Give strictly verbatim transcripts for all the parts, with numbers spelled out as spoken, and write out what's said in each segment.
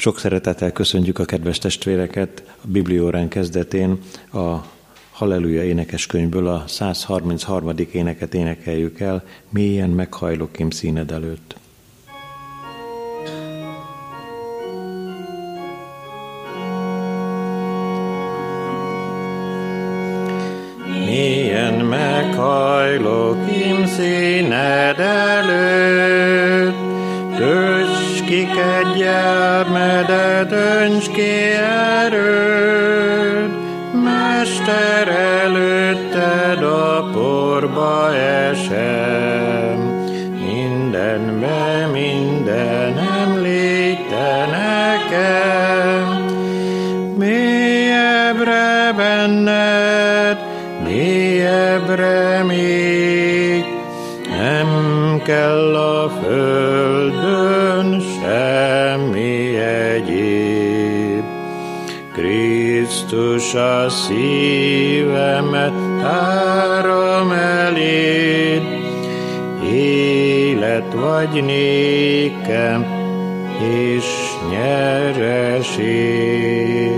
Sok szeretettel köszöntjük a kedves testvéreket a bibliórán kezdetén. A Halleluja énekeskönyvből a száz harmincharmadik éneket énekeljük el, Mélyen meghajlok én színed előtt. Mélyen meghajlok én színed előtt, töltsd ki kegyelmedet, öntsd ki erőd, Mester, előtted a porba esem, mindenbe mindenem légy te nekem. Mélyebbre benned, mélyebbre még, nem kell a földön semmi egyéb. Krisztus, a szívemet tárom eléd, élet vagy nékem, és nyereség.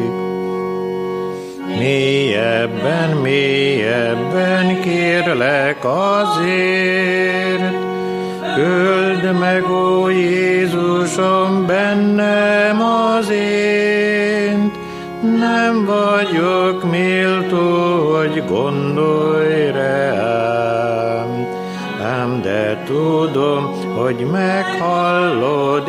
Mélyebben, mélyebben kérlek azért, küld meg, ó Jézusom, bennem az ént. Nem vagyok méltó, hogy gondolj rám, ám de tudom, hogy meghallod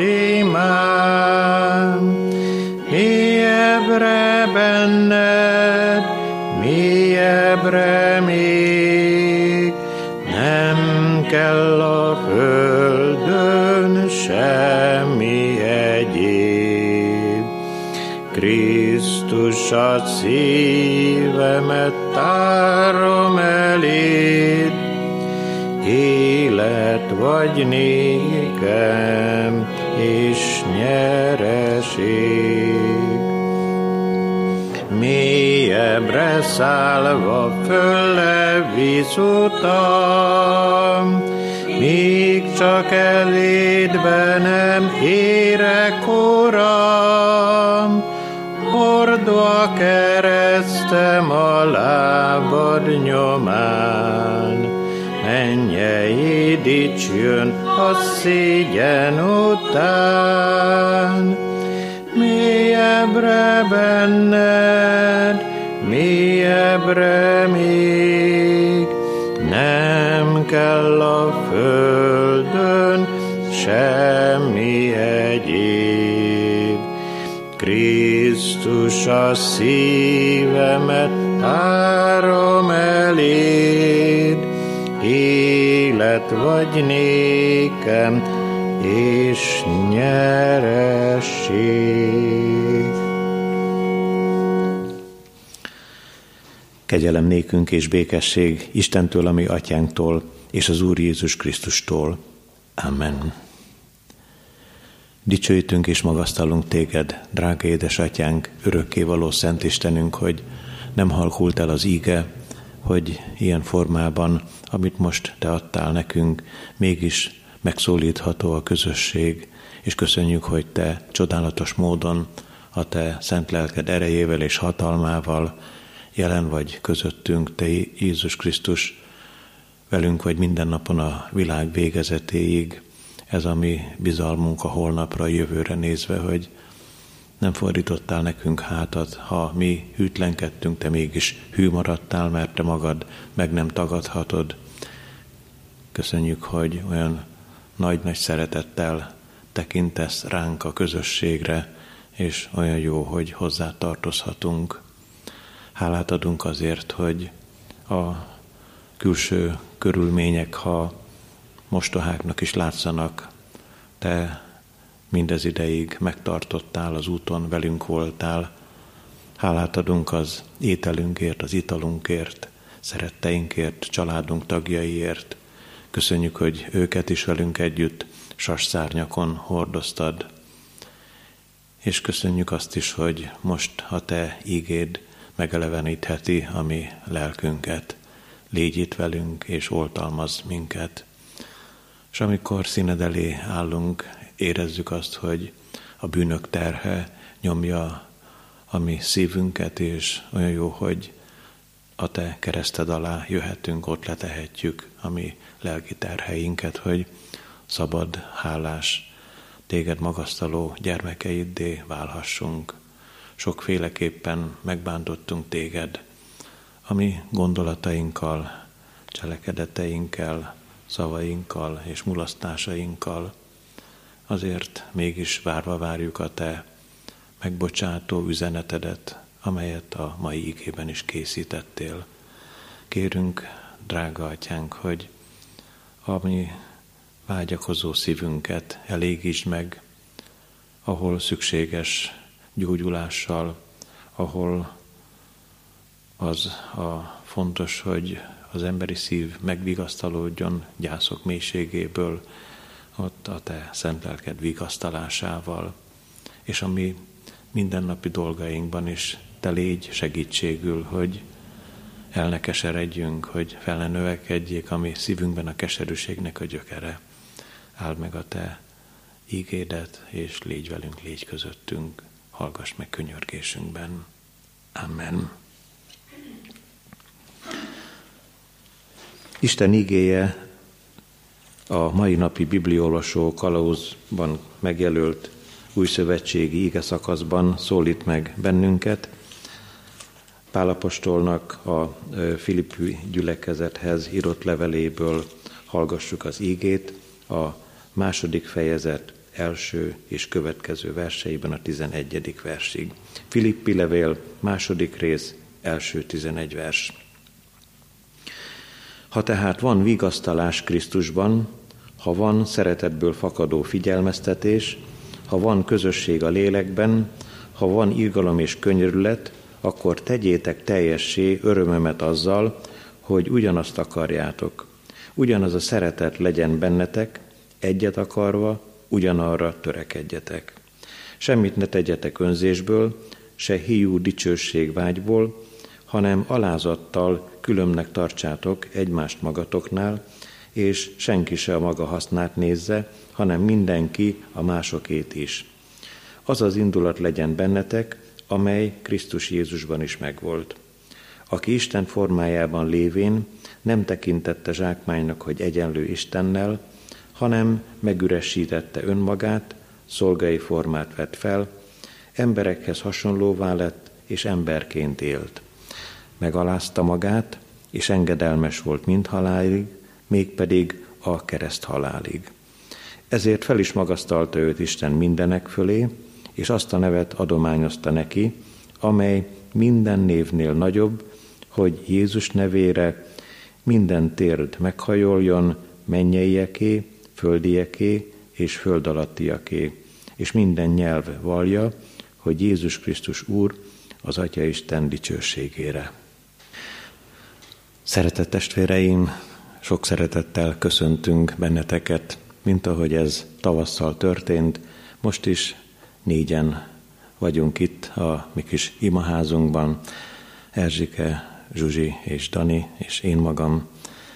imám. Mélyebbre benned, mélyebbre még, nem kell a földön semmi egyéb. Krisztus, a szívemet tárom eléd, élet vagy nékem, és nyereség. Mélyebbre szállva fölle visz utam, míg csak elédbe nem érek, Uram. Hordva keresztem a lábad nyomán, mennyei dics jön a szégyen után. Mélyebbre benned, mélyebbre még, nem kell a földön semmi egyéb. Krisztus, a szívemet tárom eléd, élet vagy nékem, és nyereség. Kegyelem nékünk és békesség Istentől, a mi atyánktól, és az Úr Jézus Krisztustól. Amen. Dicsőítünk és magasztalunk téged, drága édesatyánk, örökkévaló Szent Istenünk, hogy nem halkult el az íge, hogy ilyen formában, amit most te adtál nekünk, mégis megszólítható a közösség, és köszönjük, hogy te csodálatos módon a te szent lelked erejével és hatalmával jelen vagy közöttünk, te Jézus Krisztus, velünk vagy minden napon a világ végezetéig. Ez a mi bizalmunk a holnapra, a jövőre nézve, hogy nem fordítottál nekünk hátat, ha mi hűtlenkedtünk, te mégis hű maradtál, mert te magad meg nem tagadhatod. Köszönjük, hogy olyan nagy-nagy szeretettel tekintesz ránk a közösségre, és olyan jó, hogy hozzá tartozhatunk. Hálát adunk azért, hogy a külső körülmények, ha mostoháknak is látszanak, te mindez ideig megtartottál az úton, velünk voltál. Hálát adunk az ételünkért, az italunkért, szeretteinkért, családunk tagjaiért. Köszönjük, hogy őket is velünk együtt sasszárnyakon hordoztad. És köszönjük azt is, hogy most a te ígéd megelevenítheti a mi lelkünket. Légy itt velünk, és oltalmazz minket. És amikor színed elé állunk, érezzük azt, hogy a bűnök terhe nyomja a mi szívünket, és olyan jó, hogy a te kereszted alá jöhetünk, ott letehetjük a mi lelki terheinket, hogy szabad, hálás, téged magasztaló gyermekeiddé válhassunk. Sokféleképpen megbántottunk téged, a mi gondolatainkkal, cselekedeteinkkel, szavainkkal és mulasztásainkkal. Azért mégis várva várjuk a te megbocsátó üzenetedet, amelyet a mai igében is készítettél. Kérünk, drága atyánk, hogy a mi vágyakozó szívünket elégítsd meg, ahol szükséges gyógyulással, ahol az a fontos, hogy az emberi szív megvigasztalódjon gyászok mélységéből, ott a te szent lelked vigasztalásával, és a mi mindennapi dolgainkban is te légy segítségül, hogy el ne keseredjünk, hogy fel ne növekedjék a mi szívünkben a keserűségnek a gyökere. Áld meg a te ígédet, és légy velünk, légy közöttünk, hallgass meg könyörgésünkben. Amen. Isten ígéje a mai napi bibliolvasó kalauzban megjelölt újszövetségi ígeszakaszban szólít meg bennünket. Pál apostolnak a Filippi gyülekezethez írott leveléből hallgassuk az ígét, a második fejezet első és következő verseiben a tizenegyedik versig. Filippi levél, második rész, első tizenegy vers. Ha tehát van vigasztalás Krisztusban, ha van szeretetből fakadó figyelmeztetés, ha van közösség a lélekben, ha van irgalom és könyörület, akkor tegyétek teljessé örömömet azzal, hogy ugyanazt akarjátok. Ugyanaz a szeretet legyen bennetek, egyet akarva, ugyanarra törekedjetek. Semmit ne tegyetek önzésből, se hiú dicsőségvágyból, hanem alázattal különbnek tartsátok egymást magatoknál, és senki se a maga hasznát nézze, hanem mindenki a másokét is. Az az indulat legyen bennetek, amely Krisztus Jézusban is megvolt. Aki Isten formájában lévén nem tekintette zsákmánynak, hogy egyenlő Istennel, hanem megüresítette önmagát, szolgai formát vett fel, emberekhez hasonlóvá lett, és emberként élt. Megalázta magát, és engedelmes volt mind halálig, mégpedig a kereszt halálig. Ezért fel is magasztalta őt Isten mindenek fölé, és azt a nevet adományozta neki, amely minden névnél nagyobb, hogy Jézus nevére minden térd meghajoljon, mennyeieké, földieké és föld alattiaké, és minden nyelv vallja, hogy Jézus Krisztus Úr az Atya Isten dicsőségére. Szeretett testvéreim, sok szeretettel köszöntünk benneteket, mint ahogy ez tavasszal történt, most is négyen vagyunk itt a mi kis imaházunkban, Erzsike, Zsuzsi és Dani és én magam.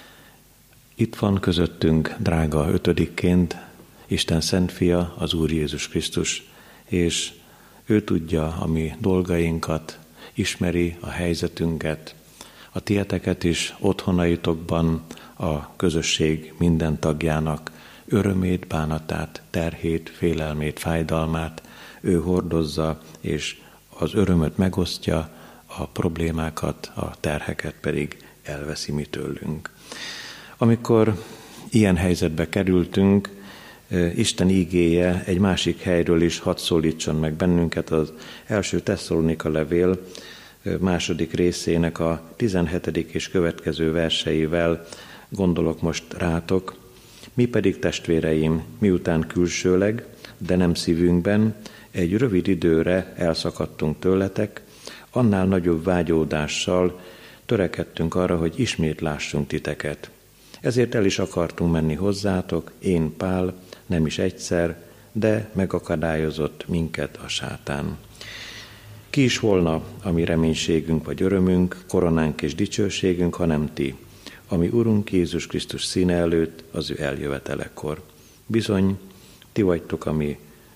Itt van közöttünk drága ötödikként Isten Szent Fia, az Úr Jézus Krisztus, és ő tudja a mi dolgainkat, ismeri a helyzetünket, a tieteket is otthonaitokban a közösség minden tagjának örömét, bánatát, terhét, félelmét, fájdalmát ő hordozza, és az örömöt megosztja, a problémákat, a terheket pedig elveszi mi tőlünk. Amikor ilyen helyzetbe kerültünk, Isten ígéje egy másik helyről is hadd szólítson meg bennünket, az első Tesszalonika levél második részének a tizenhetedik és következő verseivel gondolok most rátok. Mi pedig, testvéreim, miután külsőleg, de nem szívünkben egy rövid időre elszakadtunk tőletek, annál nagyobb vágyódással törekedtünk arra, hogy ismét lássunk titeket. Ezért el is akartunk menni hozzátok, én Pál, nem is egyszer, de megakadályozott minket a sátán. Ki is volna a mi reménységünk vagy örömünk, koronánk és dicsőségünk, hanem ti, ami Urunk Jézus Krisztus színe előtt az ő eljövetelekor. Bizony, ti vagytok a mi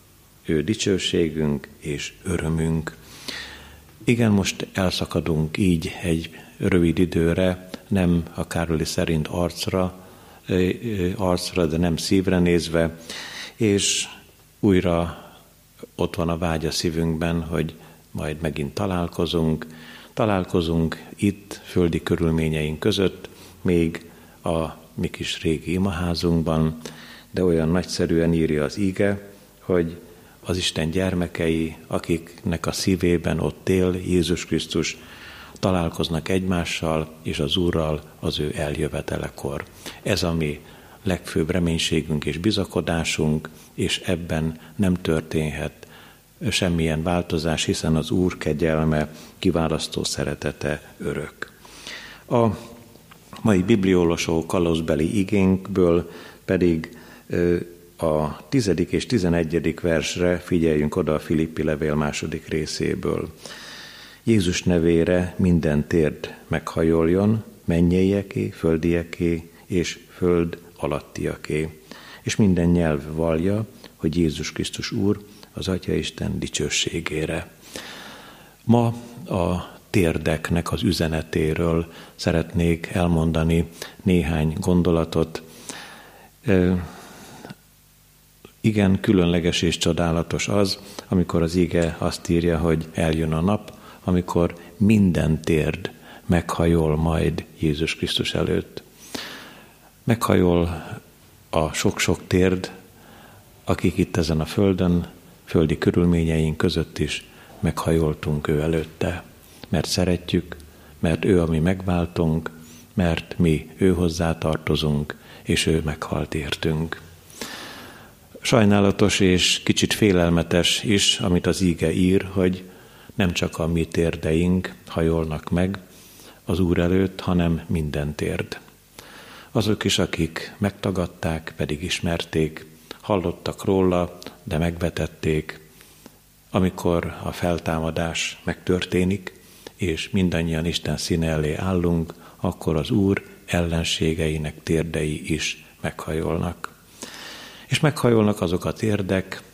ő dicsőségünk és örömünk. Igen, most elszakadunk így egy rövid időre, nem a Károli szerint arcra, arcra, de nem szívre nézve, és újra ott van a vágy a szívünkben, hogy majd megint találkozunk. Találkozunk itt, földi körülményeink között, még a mi kis régi imaházunkban, de olyan nagyszerűen írja az íge, hogy az Isten gyermekei, akiknek a szívében ott él Jézus Krisztus, találkoznak egymással és az Úrral az ő eljövetelekor. Ez a mi legfőbb reménységünk és bizakodásunk, és ebben nem történhet semmilyen változás, hiszen az Úr kegyelme, kiválasztó szeretete örök. A mai bibliolvasó kalózbeli igénkből pedig a tizedik és tizenegyedik versre figyeljünk oda a Filippi levél második részéből. Jézus nevére minden térd meghajoljon, mennyieké, földieké és föld alattiaké, és minden nyelv vallja, hogy Jézus Krisztus Úr az Atyaisten dicsőségére. Ma a térdeknek az üzenetéről szeretnék elmondani néhány gondolatot. Igen, különleges és csodálatos az, amikor az ige azt írja, hogy eljön a nap, amikor minden térd meghajol majd Jézus Krisztus előtt. Meghajol a sok-sok térd, akik itt ezen a földön, földi körülményeink között is meghajoltunk ő előtte, mert szeretjük, mert ő a mi megváltunk, mert mi ő hozzá tartozunk, és ő meghalt értünk. Sajnálatos és kicsit félelmetes is, amit az íge ír, hogy nem csak a mi térdeink hajolnak meg az Úr előtt, hanem minden térd. Azok is, akik megtagadták, pedig ismerték, hallottak róla, de megvetették. Amikor a feltámadás megtörténik, és mindannyian Isten színe elé állunk, akkor az Úr ellenségeinek térdei is meghajolnak. És meghajolnak azok a térdek,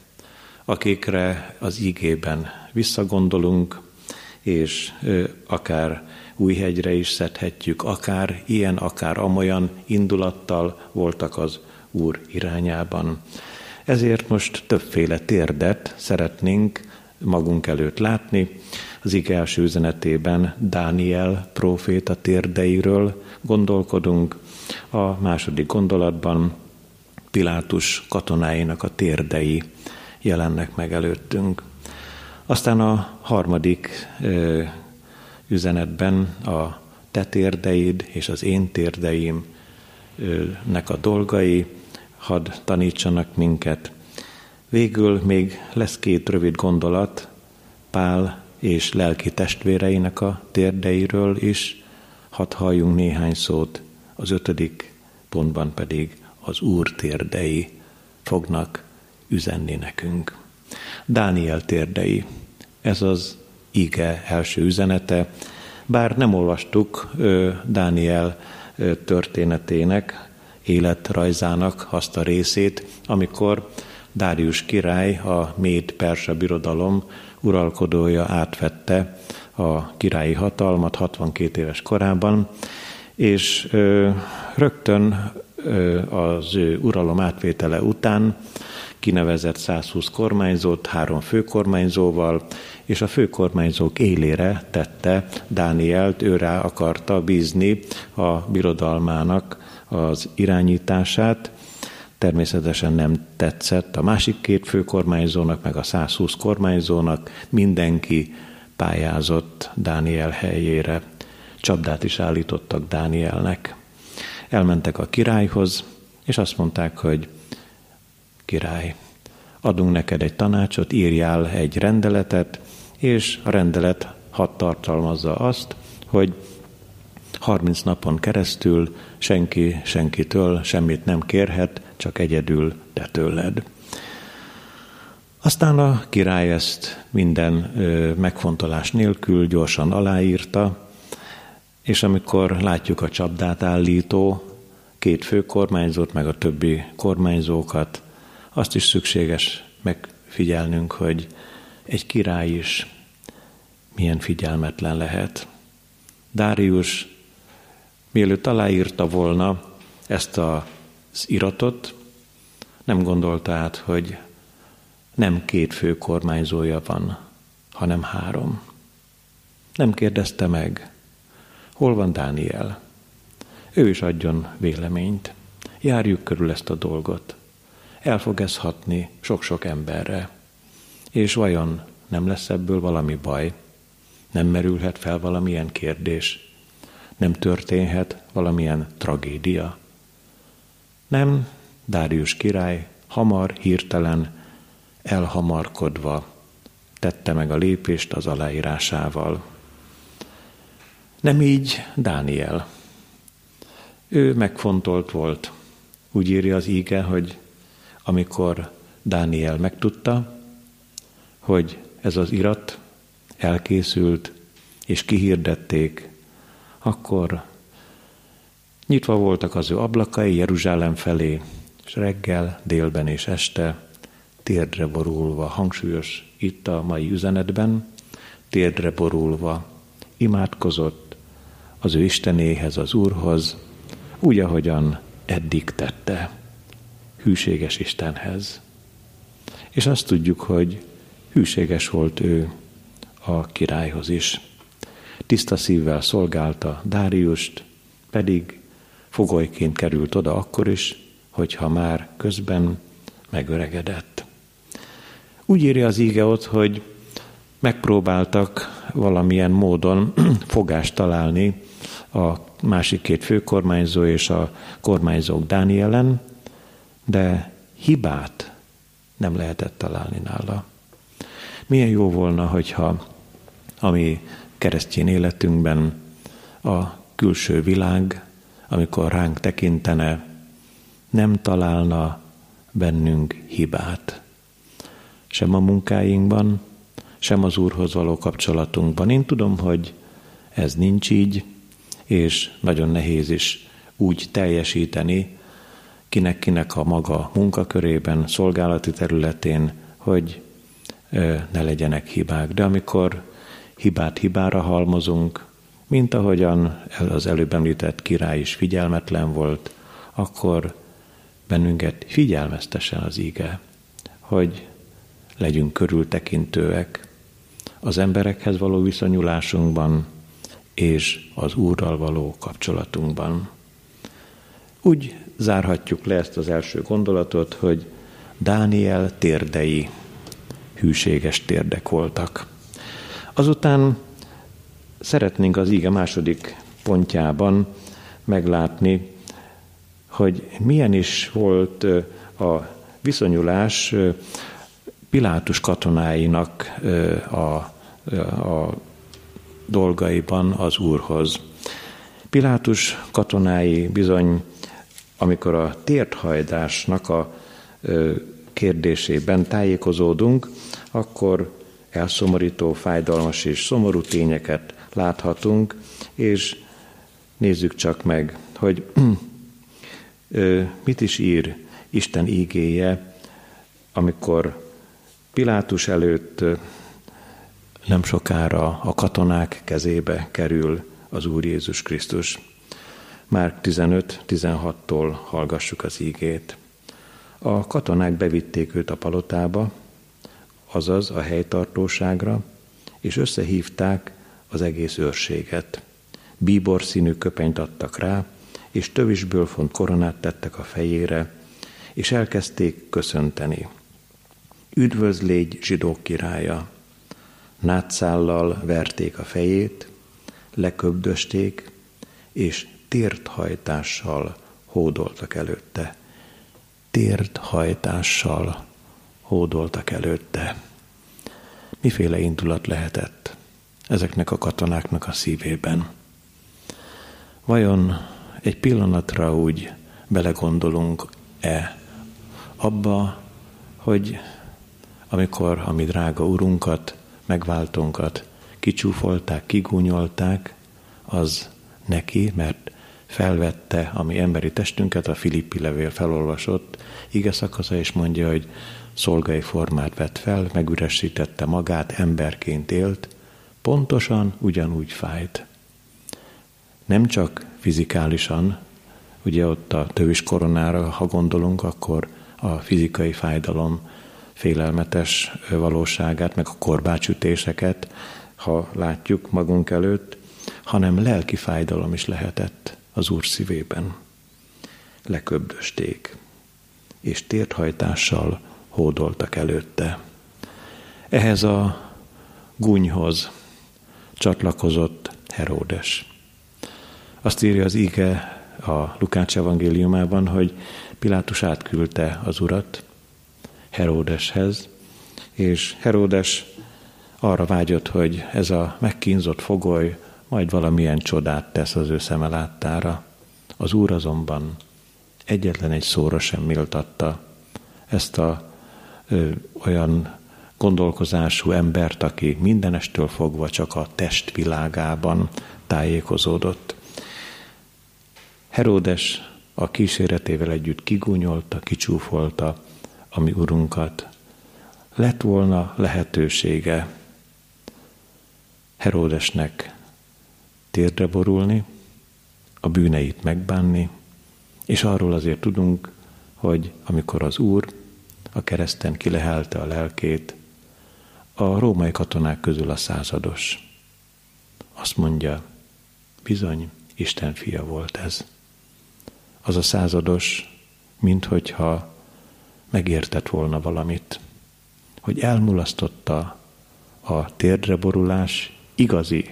akikre az ígében visszagondolunk, és akár Újhegyre is szedhetjük, akár ilyen, akár amolyan indulattal voltak az Úr irányában. Ezért most többféle térdet szeretnénk magunk előtt látni. Az ige első üzenetében Dániel próféta térdeiről gondolkodunk, a második gondolatban Pilátus katonáinak a térdei jelennek meg előttünk. Aztán a harmadik ö, üzenetben a te térdeid és az én térdeimnek a dolgai hadd tanítsanak minket. Végül még lesz két rövid gondolat Pál és lelki testvéreinek a térdeiről is, hadd halljunk néhány szót, az ötödik pontban pedig az Úr térdei fognak üzenni nekünk. Dániel térdei, ez az ige első üzenete, bár nem olvastuk ö, Dániel ö, történetének, életrajzának azt a részét, amikor Dárius király, a Méd-Perzsa birodalom uralkodója átvette a királyi hatalmat hatvankét éves korában, és ö, rögtön ö, az ő uralom átvétele után kinevezett százhúsz kormányzót, három főkormányzóval, és a főkormányzók élére tette Dánielt, őrá akarta bízni a birodalmának az irányítását. Természetesen nem tetszett a másik két főkormányzónak, meg a százhúsz kormányzónak, mindenki pályázott Dániel helyére. Csapdát is állítottak Dánielnek. Elmentek a királyhoz, és azt mondták, hogy király, adunk neked egy tanácsot, írjál egy rendeletet, és a rendelet hadd tartalmazza azt, hogy harminc napon keresztül senki senkitől semmit nem kérhet, csak egyedül te tőled. Aztán a király ezt minden ö, megfontolás nélkül gyorsan aláírta, és amikor látjuk a csapdát állító két fő kormányzót, meg a többi kormányzókat, azt is szükséges meg figyelnünk, hogy egy király is milyen figyelmetlen lehet. Dárius, mielőtt aláírta volna ezt az iratot, nem gondolta át, hogy nem két fő kormányzója van, hanem három. Nem kérdezte meg, hol van Dániel. Ő is adjon véleményt. Járjuk körül ezt a dolgot. El fog ez hatni sok-sok emberre. És vajon nem lesz ebből valami baj? Nem merülhet fel valamilyen kérdés? Nem történhet valamilyen tragédia? Nem, Dárius király hamar, hirtelen, elhamarkodva tette meg a lépést az aláírásával. Nem így Dániel. Ő megfontolt volt. Úgy írja az íge, hogy amikor Dániel megtudta, hogy ez az irat elkészült, és kihirdették, akkor nyitva voltak az ő ablakai Jeruzsálem felé, és reggel, délben és este térdre borulva, hangsúlyos itt a mai üzenetben, térdre borulva imádkozott az ő Istenéhez, az Úrhoz, úgy, ahogyan eddig tette, hűséges Istenhez. És azt tudjuk, hogy hűséges volt ő a királyhoz is. Tiszta szívvel szolgálta Dáriust, pedig fogolyként került oda akkor is, hogyha már közben megöregedett. Úgy írja az íge ott, hogy megpróbáltak valamilyen módon fogást találni a másik két főkormányzó és a kormányzók Dánielen, de hibát nem lehetett találni nála. Milyen jó volna, hogyha a mi keresztény életünkben a külső világ, amikor ránk tekintene, nem találna bennünk hibát. Sem a munkáinkban, sem az Úrhoz való kapcsolatunkban. Én tudom, hogy ez nincs így, és nagyon nehéz is úgy teljesíteni, kinek-kinek a maga munkakörében, szolgálati területén, hogy ne legyenek hibák. De amikor hibát hibára halmozunk, mint ahogyan az előbb említett király is figyelmetlen volt, akkor bennünket figyelmeztessen az íge, hogy legyünk körültekintőek az emberekhez való viszonyulásunkban és az Úrral való kapcsolatunkban. Úgy zárhatjuk le ezt az első gondolatot, hogy Dániel térdei hűséges térdek voltak. Azután szeretnénk az íge második pontjában meglátni, hogy milyen is volt a viszonyulás Pilátus katonáinak a, a dolgaiban az Úrhoz. Pilátus katonái bizony, amikor a térdhajtásnak a kérdésében tájékozódunk, akkor elszomorító, fájdalmas és szomorú tényeket láthatunk, és nézzük csak meg, hogy mit is ír Isten ígéje, amikor Pilátus előtt nem sokára a katonák kezébe kerül az Úr Jézus Krisztus. Márk tizenöt tizenhattól hallgassuk az ígét. A katonák bevitték őt a palotába, azaz a helytartóságra, és összehívták az egész őrséget. Bíbor színű köpenyt adtak rá, és tövisből font koronát tettek a fejére, és elkezdték köszönteni. Üdvözlégy, zsidók királya! Nátszállal verték a fejét, leköbdösték, és térdhajtással hódoltak előtte. Térdhajtással hódoltak előtte. Miféle indulat lehetett ezeknek a katonáknak a szívében? Vajon egy pillanatra úgy belegondolunk-e abba, hogy amikor a mi drága Urunkat, megváltónkat kicsúfolták, kigúnyolták, az neki, mert felvette a mi emberi testünket, a Filippi levél felolvasott ige szakasza, és mondja, hogy szolgai formát vett fel, megüresítette magát, emberként élt, pontosan ugyanúgy fájt. Nem csak fizikálisan, ugye ott a tövis koronára, ha gondolunk, akkor a fizikai fájdalom félelmetes valóságát, meg a korbácsütéseket, ha látjuk magunk előtt, hanem lelki fájdalom is lehetett az Úr szívében. Leköbdösték, és térthajtással hódoltak előtte. Ehhez a gúnyhoz csatlakozott Heródes. Azt írja az ige a Lukács evangéliumában, hogy Pilátus átküldte az Urat Heródeshez, és Heródes arra vágyott, hogy ez a megkínzott fogoly majd valamilyen csodát tesz az ő szeme láttára. Az Úr azonban egyetlen egy szóra sem méltatta ezt a ö, olyan gondolkozású embert, aki mindenestől fogva csak a testvilágában tájékozódott. Heródes a kíséretével együtt kigúnyolta, kicsúfolta a mi Urunkat. Lett volna lehetősége Heródesnek térdre borulni, a bűneit megbánni, és arról azért tudunk, hogy amikor az Úr a kereszten kilehelte a lelkét, a római katonák közül a százados azt mondja, bizony, Isten fia volt ez. Az a százados, minthogyha megértett volna valamit, hogy elmulasztotta a térdre borulás igazi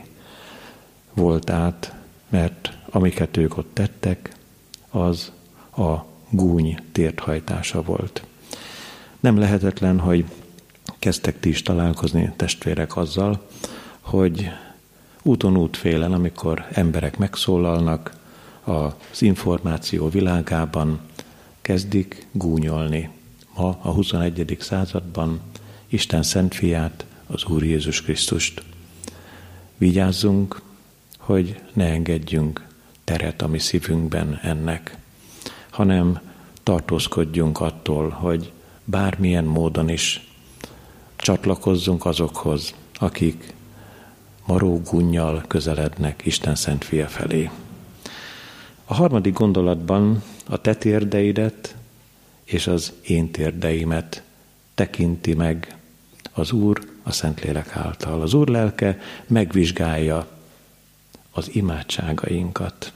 voltát, mert amiket ők ott tettek, az a gúny térthajtása volt. Nem lehetetlen, hogy kezdtek ti is találkozni, testvérek, azzal, hogy úton útfélen, amikor emberek megszólalnak az információ világában, kezdik gúnyolni. Ma a huszonegyedik században Isten szent fiát, az Úr Jézus Krisztust. Vigyázzunk, hogy ne engedjünk teret a mi szívünkben ennek, hanem tartózkodjunk attól, hogy bármilyen módon is csatlakozzunk azokhoz, akik maró gúnnyal közelednek Isten szent fia felé. A harmadik gondolatban a te térdeidet és az én térdeimet tekinti meg az Úr a Szentlélek által. Az Úr lelke megvizsgálja az imádságainkat,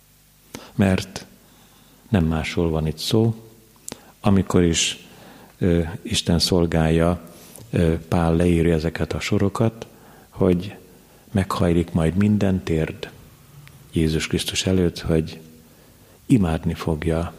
mert nem másról van itt szó, amikor is ö, Isten szolgálja, ö, Pál leírja ezeket a sorokat, hogy meghajlik majd minden térd Jézus Krisztus előtt, hogy imádni fogja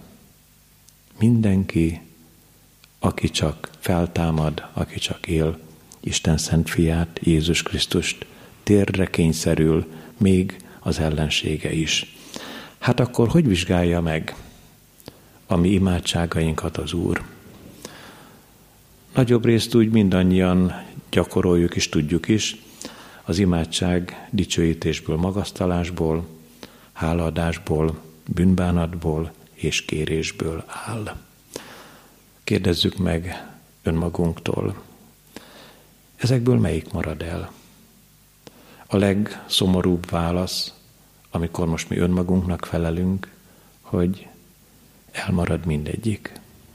mindenki, aki csak feltámad, aki csak él, Isten szent fiát, Jézus Krisztust, térdre kényszerül még az ellensége is. Hát akkor hogy vizsgálja meg a mi imádságainkat az Úr? Nagyobb részt úgy mindannyian gyakoroljuk és tudjuk is, az imádság dicsőítésből, magasztalásból, hálaadásból, bűnbánatból és kérésből áll. Kérdezzük meg önmagunktól, ezekből melyik marad el? A legszomorúbb válasz, amikor most mi önmagunknak felelünk, hogy elmarad mindegyik.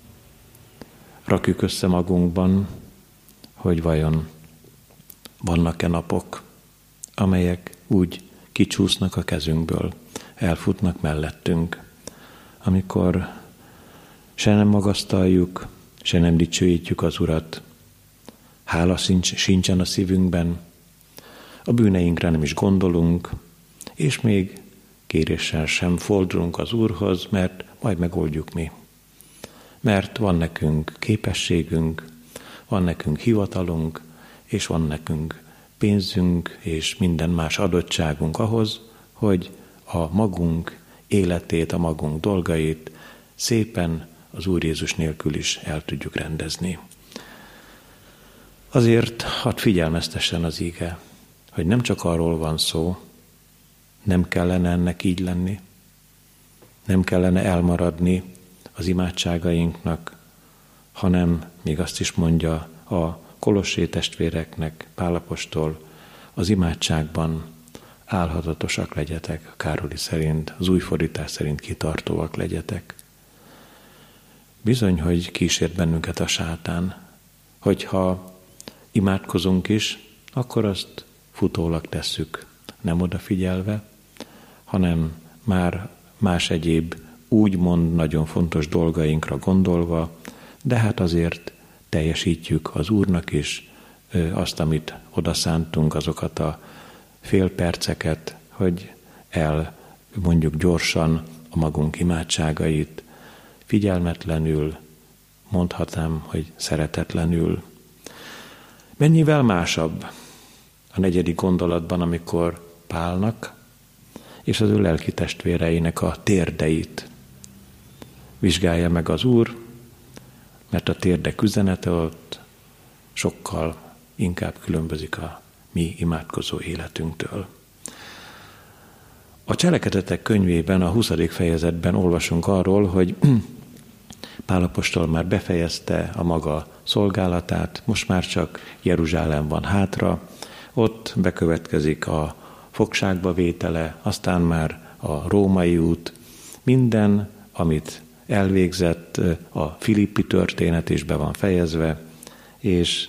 Rakjuk össze magunkban, hogy vajon vannak-e napok, amelyek úgy kicsúsznak a kezünkből, elfutnak mellettünk, amikor se nem magasztaljuk, se nem dicsőítjük az Urat, hála sincs, sincsen a szívünkben, a bűneinkre nem is gondolunk, és még kéréssel sem fordulunk az Úrhoz, mert majd megoldjuk mi. Mert van nekünk képességünk, van nekünk hivatalunk, és van nekünk pénzünk, és minden más adottságunk ahhoz, hogy a magunk életét, a magunk dolgait szépen az Úr Jézus nélkül is el tudjuk rendezni. Azért hadd figyelmeztessen az ige, hogy nem csak arról van szó, nem kellene ennek így lenni, nem kellene elmaradni az imádságainknak, hanem még azt is mondja a Kolossé testvéreknek Pál apostol, az imádságban álhatatosak legyetek, a Károli szerint, az új fordítás szerint kitartóak legyetek. Bizony, hogy kísért bennünket a sátán, hogyha imádkozunk is, akkor azt futólag tesszük, nem odafigyelve, hanem már más egyéb úgymond nagyon fontos dolgainkra gondolva, de hát azért teljesítjük az Úrnak is azt, amit odaszántunk, azokat a fél perceket, hogy el mondjuk gyorsan a magunk imádságait, figyelmetlenül, mondhatnám, hogy szeretetlenül. Mennyivel másabb a negyedik gondolatban, amikor Pálnak és az ő lelki testvéreinek a térdeit vizsgálja meg az Úr, mert a térdek üzenete ott sokkal inkább különbözik a mi imádkozó életünktől. A Cselekedetek könyvében, a huszadik fejezetben olvasunk arról, hogy Pál apostol már befejezte a maga szolgálatát, most már csak Jeruzsálem van hátra, ott bekövetkezik a fogságba vétele, aztán már a római út, minden, amit elvégzett, a Filippi történet is be van fejezve, és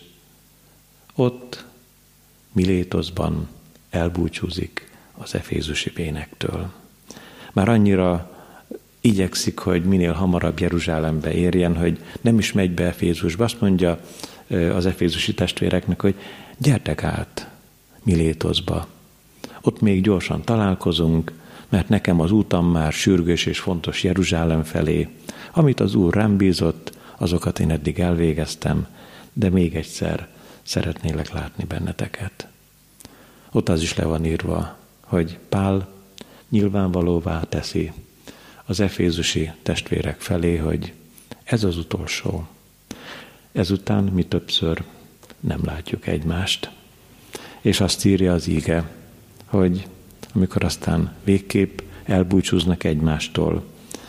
ott Milétoszban elbúcsúzik az efézusi vénektől. Már annyira igyekszik, hogy minél hamarabb Jeruzsálembe érjen, hogy nem is megy be Efézusba. Azt mondja az efézusi testvéreknek, hogy gyertek át Milétoszba. Ott még gyorsan találkozunk, mert nekem az útam már sürgős és fontos Jeruzsálem felé. Amit az Úr rám bízott, azokat én eddig elvégeztem, de még egyszer szeretnélek látni benneteket. Ott az is le van írva, hogy Pál nyilvánvalóvá teszi az efézusi testvérek felé, hogy ez az utolsó. Ezután mi többször nem látjuk egymást. És azt írja az íge, hogy amikor aztán végképp elbúcsúznak egymástól,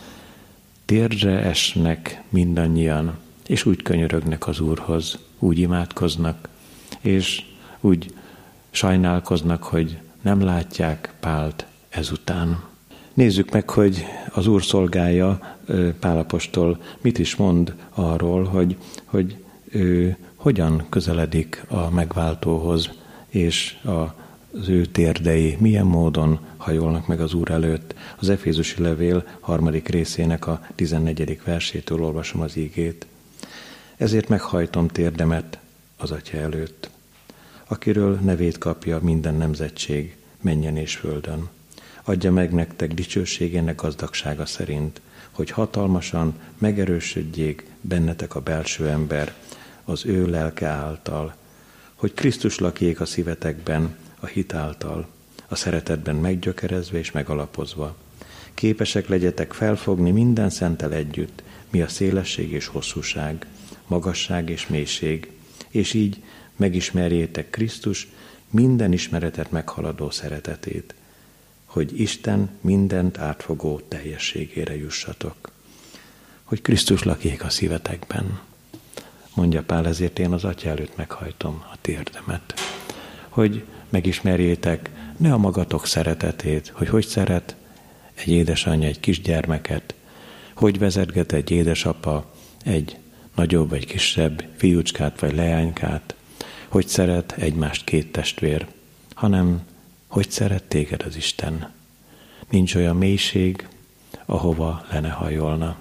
térdre esnek mindannyian, és úgy könyörögnek az Úrhoz, úgy imádkoznak, és úgy sajnálkoznak, hogy nem látják Pált ezután. Nézzük meg, hogy az Úr szolgája, Pál apostol mit is mond arról, hogy, hogy ő hogyan közeledik a megváltóhoz, és az ő térdei milyen módon hajolnak meg az Úr előtt. Az Efézusi levél harmadik részének a tizennegyedik versétől olvasom az ígét. Ezért meghajtom térdemet az Atya előtt, akiről nevét kapja minden nemzetség, mennyen és földön. Adja meg nektek dicsőségének gazdagsága szerint, hogy hatalmasan megerősödjék bennetek a belső ember az ő lelke által, hogy Krisztus lakjék a szívetekben a hit által, a szeretetben meggyökerezve és megalapozva. Képesek legyetek felfogni minden szentel együtt, mi a szélesség és hosszúság, magasság és mélység, és így megismerjétek Krisztus minden ismeretet meghaladó szeretetét, hogy Isten mindent átfogó teljességére jussatok. Hogy Krisztus lakjék a szívetekben. Mondja Pál, ezért én az Atya előtt meghajtom a térdemet. Hogy megismerjétek ne a magatok szeretetét, hogy hogy szeret egy édesanyja egy kisgyermeket, hogy vezetget egy édesapa egy nagyobb vagy kisebb fiúcskát vagy leánykát, hogy szeret egymást két testvér, hanem hogy szeret téged az Isten. Nincs olyan mélység, ahova le ne hajolna.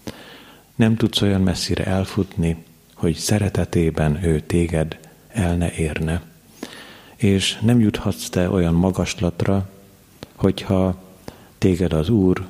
Nem tudsz olyan messzire elfutni, hogy szeretetében ő téged el ne érne. És nem juthatsz te olyan magaslatra, hogyha téged az Úr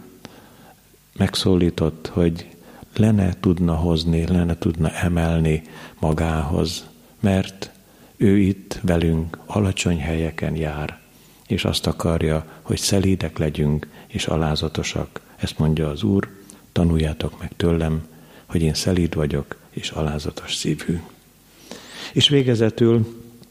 megszólított, hogy le ne tudna hozni, le ne tudna emelni magához, mert ő itt velünk alacsony helyeken jár, és azt akarja, hogy szelídek legyünk és alázatosak. Ezt mondja az Úr, tanuljátok meg tőlem, hogy én szelíd vagyok és alázatos szívű. És végezetül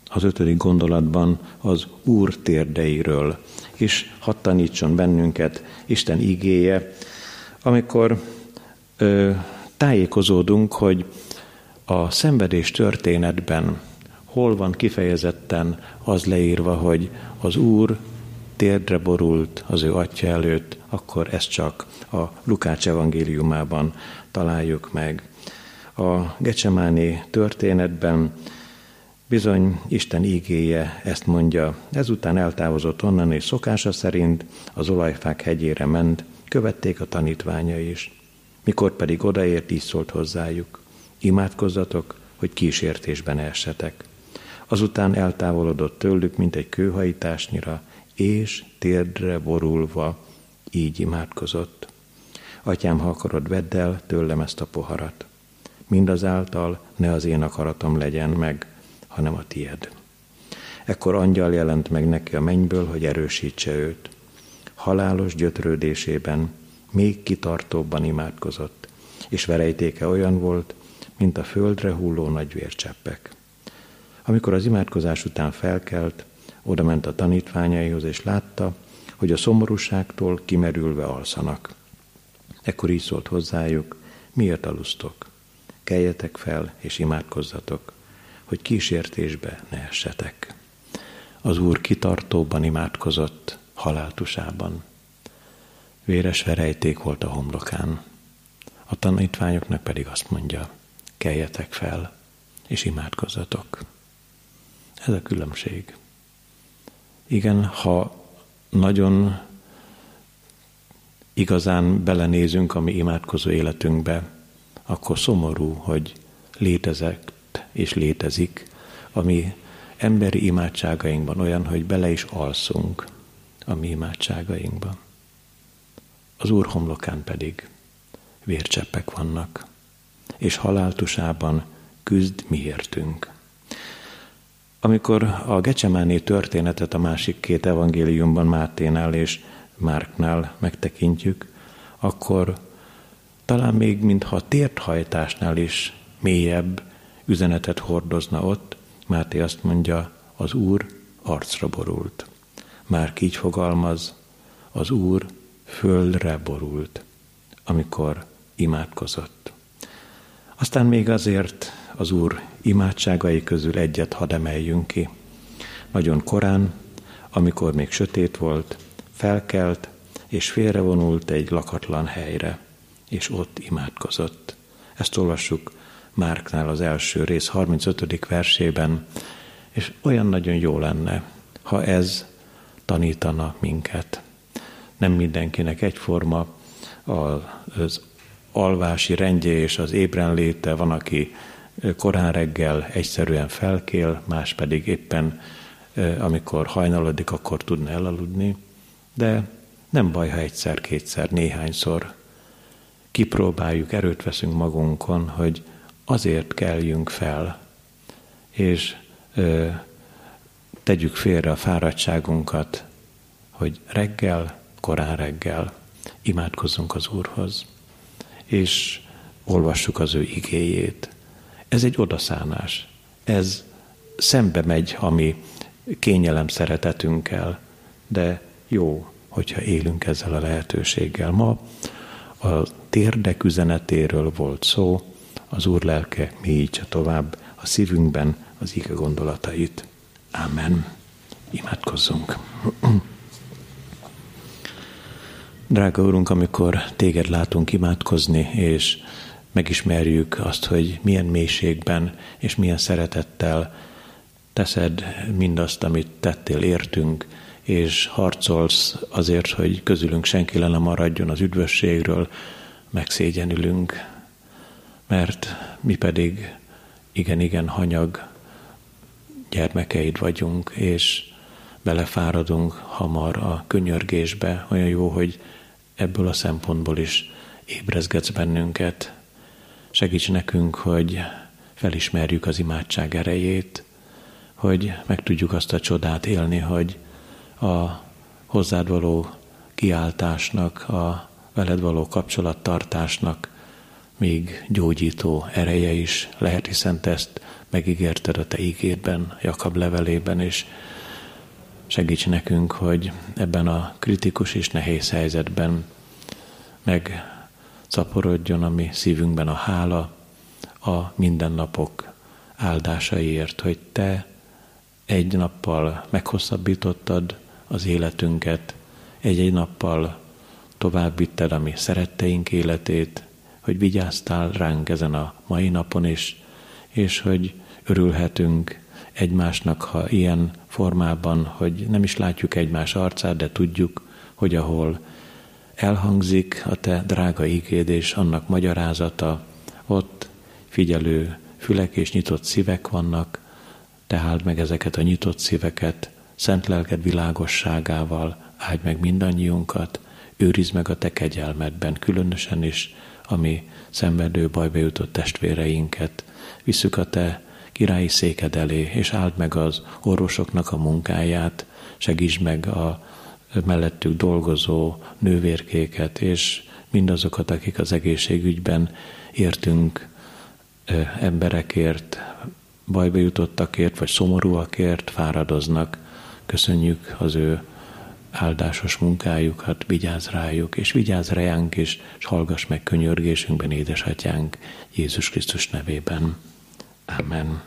az ötödik gondolatban az Úr térdeiről, és hadd tanítson bennünket Isten igéje, amikor ö, tájékozódunk, hogy a szenvedés történetben hol van kifejezetten az leírva, hogy az Úr térdre borult az ő atya előtt, akkor ezt csak a Lukács evangéliumában találjuk meg. A Gecsemáné történetben bizony Isten igéje ezt mondja, ezután eltávozott onnan, és szokása szerint az olajfák hegyére ment, követték a tanítványai is. Mikor pedig odaért, így szólt hozzájuk, imádkozzatok, hogy kísértésben essetek. Azután eltávolodott tőlük, mint egy kőhajításnyira, és térdre borulva így imádkozott. Atyám, ha akarod, vedd el tőlem ezt a poharat. Mindazáltal ne az én akaratom legyen meg, hanem a tied. Ekkor angyal jelent meg neki a mennyből, hogy erősítse őt. Halálos gyötrődésében még kitartóbban imádkozott, és verejtéke olyan volt, mint a földre hulló nagy vércseppek. Amikor az imádkozás után felkelt, oda ment a tanítványaihoz, és látta, hogy a szomorúságtól kimerülve alszanak. Ekkor így szólt hozzájuk, miért alusztok? Keljetek fel, és imádkozzatok, hogy kísértésbe ne essetek. Az Úr kitartóban imádkozott haláltusában. Véres verejték volt a homlokán. A tanítványoknak pedig azt mondja, keljetek fel, és imádkozzatok. Ez a különbség. Igen, ha nagyon igazán belenézünk a mi imádkozó életünkbe, akkor szomorú, hogy létezett és létezik a mi emberi imádságainkban olyan, hogy bele is alszunk a mi imádságainkban. Az Úr homlokán pedig vércseppek vannak, és haláltusában küzd miértünk. Amikor a Gecsemáné történetet a másik két evangéliumban, Máténál és Márknál megtekintjük, akkor talán még mintha a térthajtásnál is mélyebb üzenetet hordozna ott. Máté azt mondja, az Úr arcra borult. Márk így fogalmaz, az Úr földre borult, amikor imádkozott. Aztán még azért az Úr imádságai közül egyet hadd emeljünk ki. Nagyon korán, amikor még sötét volt, felkelt és félrevonult egy lakatlan helyre, és ott imádkozott. Ezt olvassuk Márknál az első rész harmincötödik versében, és olyan nagyon jó lenne, ha ez tanítana minket. Nem mindenkinek egyforma az alvási rendje és az ébrenléte, van, aki korán reggel egyszerűen felkél, más pedig éppen amikor hajnalodik, akkor tudna elaludni, de nem baj, ha egyszer, kétszer, néhányszor kipróbáljuk, erőt veszünk magunkon, hogy azért keljünk fel, és ö, tegyük félre a fáradtságunkat, hogy reggel, korán reggel imádkozzunk az Úrhoz, és olvassuk az ő igéjét. Ez egy odaszánás. Ez szembe megy a mi kényelem szeretetünkkel, de jó, hogyha élünk ezzel a lehetőséggel. Ma a térdek üzenetéről volt szó, az Úr lelke mélyítse tovább a szívünkben az ige gondolatait. Ámen. Imádkozzunk. Drága Úrunk, amikor téged látunk imádkozni, és megismerjük azt, hogy milyen mélységben és milyen szeretettel teszed mindazt, amit tettél értünk, és harcolsz azért, hogy közülünk senki le nem maradjon az üdvösségről, megszégyenülünk, mert mi pedig igen-igen hanyag gyermekeid vagyunk, és belefáradunk hamar a könyörgésbe. Olyan jó, hogy ebből a szempontból is ébrezgetsz bennünket. Segíts nekünk, hogy felismerjük az imádság erejét, hogy meg tudjuk azt a csodát élni, hogy a hozzád való kiáltásnak, a veled való kapcsolattartásnak még gyógyító ereje is lehet, hiszen te ezt megígérted a te ígédben, Jakab levelében, és segíts nekünk, hogy ebben a kritikus és nehéz helyzetben megszaporodjon a mi szívünkben a hála a mindennapok áldásaiért, hogy te egy nappal meghosszabbítottad az életünket, egy-egy nappal tovább vitted a mi szeretteink életét, hogy vigyáztál ránk ezen a mai napon is, és hogy örülhetünk egymásnak, ha ilyen formában, hogy nem is látjuk egymás arcát, de tudjuk, hogy ahol elhangzik a te drága ígéd és annak magyarázata, ott figyelő fülek és nyitott szívek vannak, te áld meg ezeket a nyitott szíveket, szent lelked világosságával, áld meg mindannyiunkat, őrizd meg a te kegyelmedben, különösen is a mi szenvedő, bajba jutott testvéreinket. Visszük a te királyi széked elé, és áld meg az orvosoknak a munkáját, segítsd meg a mellettük dolgozó nővérkéket, és mindazokat, akik az egészségügyben értünk emberekért, bajba jutottakért, vagy szomorúakért fáradoznak. Köszönjük az ő áldásos munkájukat, vigyázz rájuk, és vigyázz ránk is, és hallgass meg könyörgésünkben, édesatyánk, Jézus Krisztus nevében. Amen.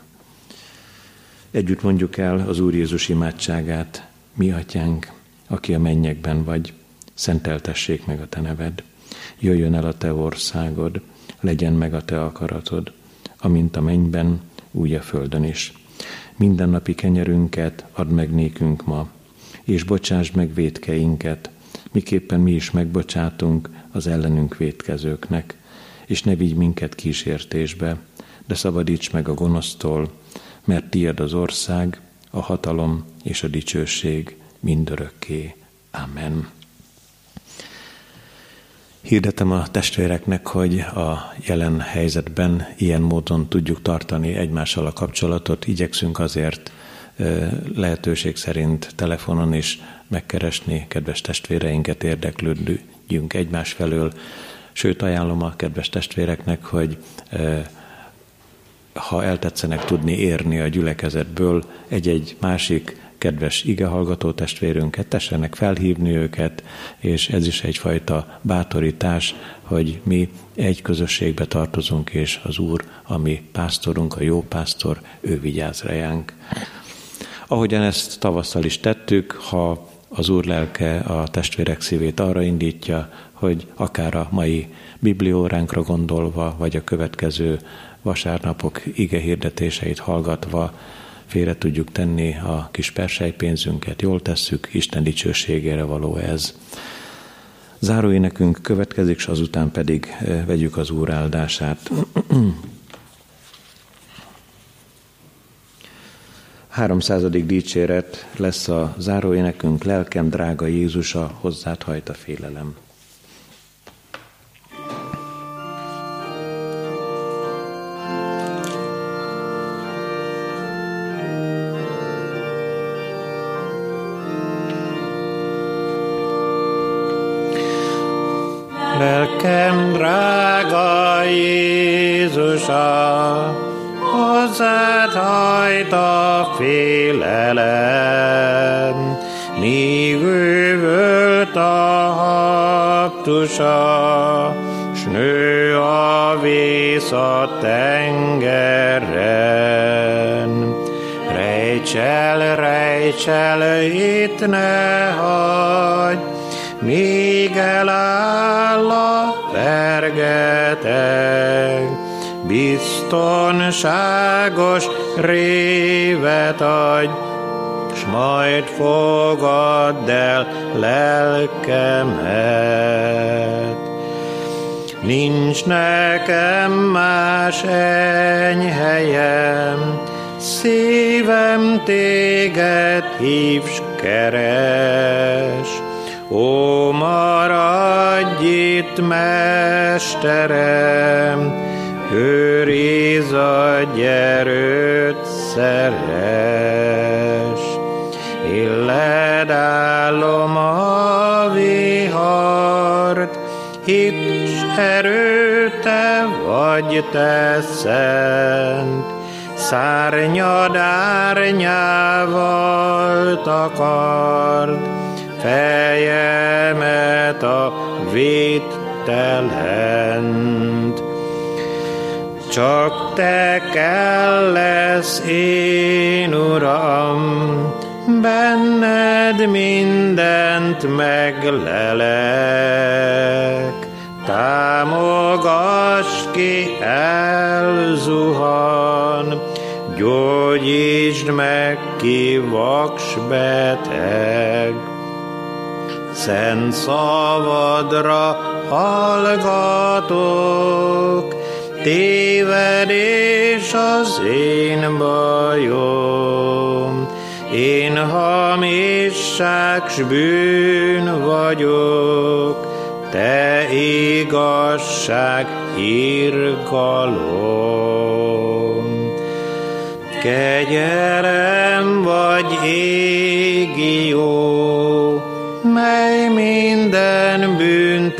Együtt mondjuk el az Úr Jézus imádságát. Mi atyánk, aki a mennyekben vagy, szenteltessék meg a te neved. Jöjjön el a te országod, legyen meg a te akaratod, amint a mennyben, úgy a földön is. Mindennapi kenyerünket add meg nékünk ma, és bocsásd meg vétkeinket, miképpen mi is megbocsátunk az ellenünk vétkezőknek, és ne vigy minket kísértésbe, de szabadíts meg a gonosztól, mert tiéd az ország, a hatalom és a dicsőség mindörökké. Amen. Hirdetem a testvéreknek, hogy a jelen helyzetben ilyen módon tudjuk tartani egymással a kapcsolatot. Igyekszünk azért lehetőség szerint telefonon is megkeresni kedves testvéreinket, érdeklődjünk egymás felől. Sőt, ajánlom a kedves testvéreknek, hogy ha eltetszenek tudni érni a gyülekezetből egy-egy másik kedves igehallgató testvérünket, tessenek felhívni őket, és ez is egyfajta bátorítás, hogy mi egy közösségbe tartozunk, és az Úr, a mi pásztorunk, a jó pásztor, ő vigyáz ránk. Ahogyan ezt tavasszal is tettük, ha az Úr lelke a testvérek szívét arra indítja, hogy akár a mai biblióránkra gondolva, vagy a következő vasárnapok igehirdetéseit hallgatva félre tudjuk tenni a kis perselypénzünket, jól tesszük, Isten dicsőségére való ez. Záróénekünk következik, és azután pedig vegyük az Úr áldását. háromszázadik dicséret lesz a záróénekünk, lelkem drága Jézusa, hozzád hajt a félelem. Lelkem drága Jézusa, hozzád hajt a félelem, míg üvölt a habtusa, s nő a vész a tengeren. Rejts el, rejts el, itt ne hagyj, míg eláll a fergeteg, biztonságos révet adj, s majd fogadd el lelkemet. Nincs nekem más enyhelyem, szívem téged hív s keres. Ó, maradj itt, mesterem, őrizz, adj erőt, szeress. Illed állom a vihart, itt s erő te vagy te szent, szárnyad árnyával takard, fejemet a védtelent. Csak te kellesz, én Uram, benned mindent meglelek. Támogass ki, elzuhan, gyógyítsd meg ki, vaks beteg. Szent szavadra hallgatok, tévedés az én bajom. Én hamisság s bűn vagyok, te igazság irgalom. Kegyelem vagy égi jó, mely minden bűnt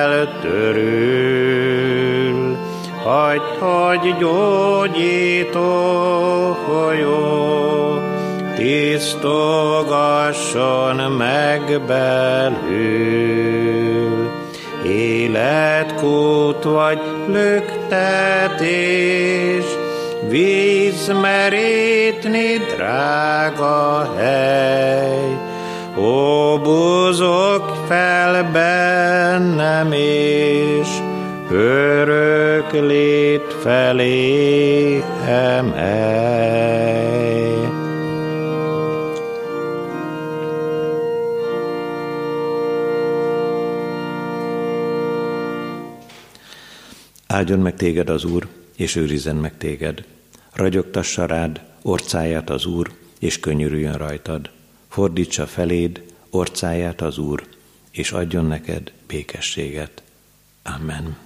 eltörül. Hagyd, hogy gyógyító folyó tisztogasson meg belül. Életkút vagy lüktetés, víz merítni drága hely. Ó, buzogj fel bennem, és örök lét felé emelj. Áldjon meg téged az Úr, és őrizzen meg téged. Ragyogtassa rád orcáját az Úr, és könyörüljön rajtad. Fordítsa feléd orcáját az Úr, és adjon neked békességet. Amen.